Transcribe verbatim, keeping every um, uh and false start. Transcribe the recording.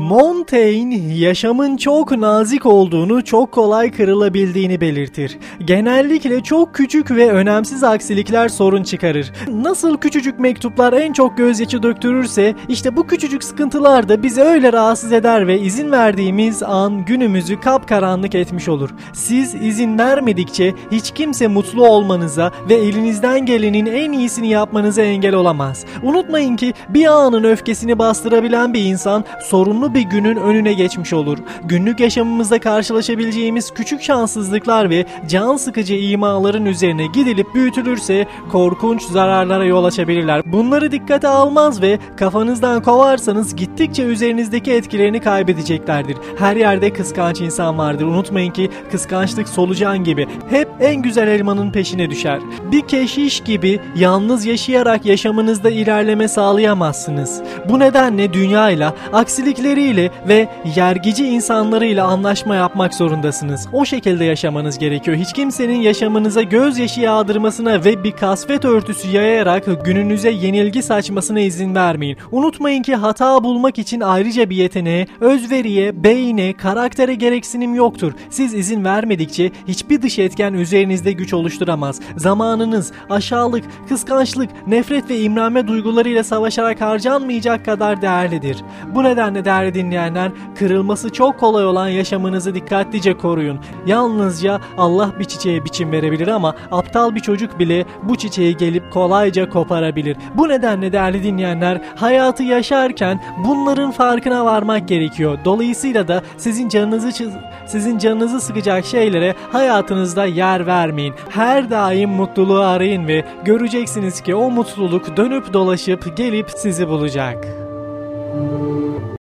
Montaigne, yaşamın çok nazik olduğunu, çok kolay kırılabildiğini belirtir. Genellikle çok küçük ve önemsiz aksilikler sorun çıkarır. Nasıl küçücük mektuplar en çok gözyaşı döktürürse, işte bu küçücük sıkıntılar da bizi öyle rahatsız eder ve izin verdiğimiz an günümüzü kapkaranlık etmiş olur. Siz izin vermedikçe hiç kimse mutlu olmanıza ve elinizden gelenin en iyisini yapmanıza engel olamaz. Unutmayın ki bir anın öfkesini bastırabilen bir insan sorunlu bir günün önüne geçmiş olur. Günlük yaşamımızda karşılaşabileceğimiz küçük şanssızlıklar ve can sıkıcı imaların üzerine gidilip büyütülürse korkunç zararlara yol açabilirler. Bunları dikkate almaz ve kafanızdan kovarsanız gittikçe üzerinizdeki etkilerini kaybedeceklerdir. Her yerde kıskanç insan vardır. Unutmayın ki kıskançlık solucan gibi hep en güzel elmanın peşine düşer. Bir keşiş gibi yalnız yaşayarak yaşamınızda ilerleme sağlayamazsınız. Bu nedenle dünyayla, aksilikleriyle ve yergici insanlarıyla anlaşma yapmak zorundasınız. O şekilde yaşamanız gerekiyor. Hiç kimsenin yaşamınıza gözyaşı yağdırmasına ve bir kasvet örtüsü yayarak gününüze yenilgi saçmasına izin vermeyin. Unutmayın ki hata bulmak için ayrıca bir yeteneğe, özveriye, beyne, karaktere gereksinim yoktur. Siz izin vermedikçe hiçbir dış etken üzerinizde güç oluşturamaz. Zamanınız, aşağılık, kıskançlık, nefret ve imrenme duygularıyla savaşarak harcanmayacak kadar değerlidir. Bu nedenle değerli dinleyenler, kırılması çok kolay olan yaşamınızı dikkatlice koruyun. Yalnızca Allah bir çiçeğe biçim verebilir ama aptal bir çocuk bile bu çiçeği gelip kolayca koparabilir. Bu nedenle değerli dinleyenler, hayatı yaşarken bunların farkına varmak gerekiyor. Dolayısıyla da sizin canınızı sizin canınızı sıkacak şeylere hayatınızda yer vermeyin. Her daim mutluluğu arayın ve göreceksiniz ki o mutluluk dönüp dolaşıp gelip sizi bulacak.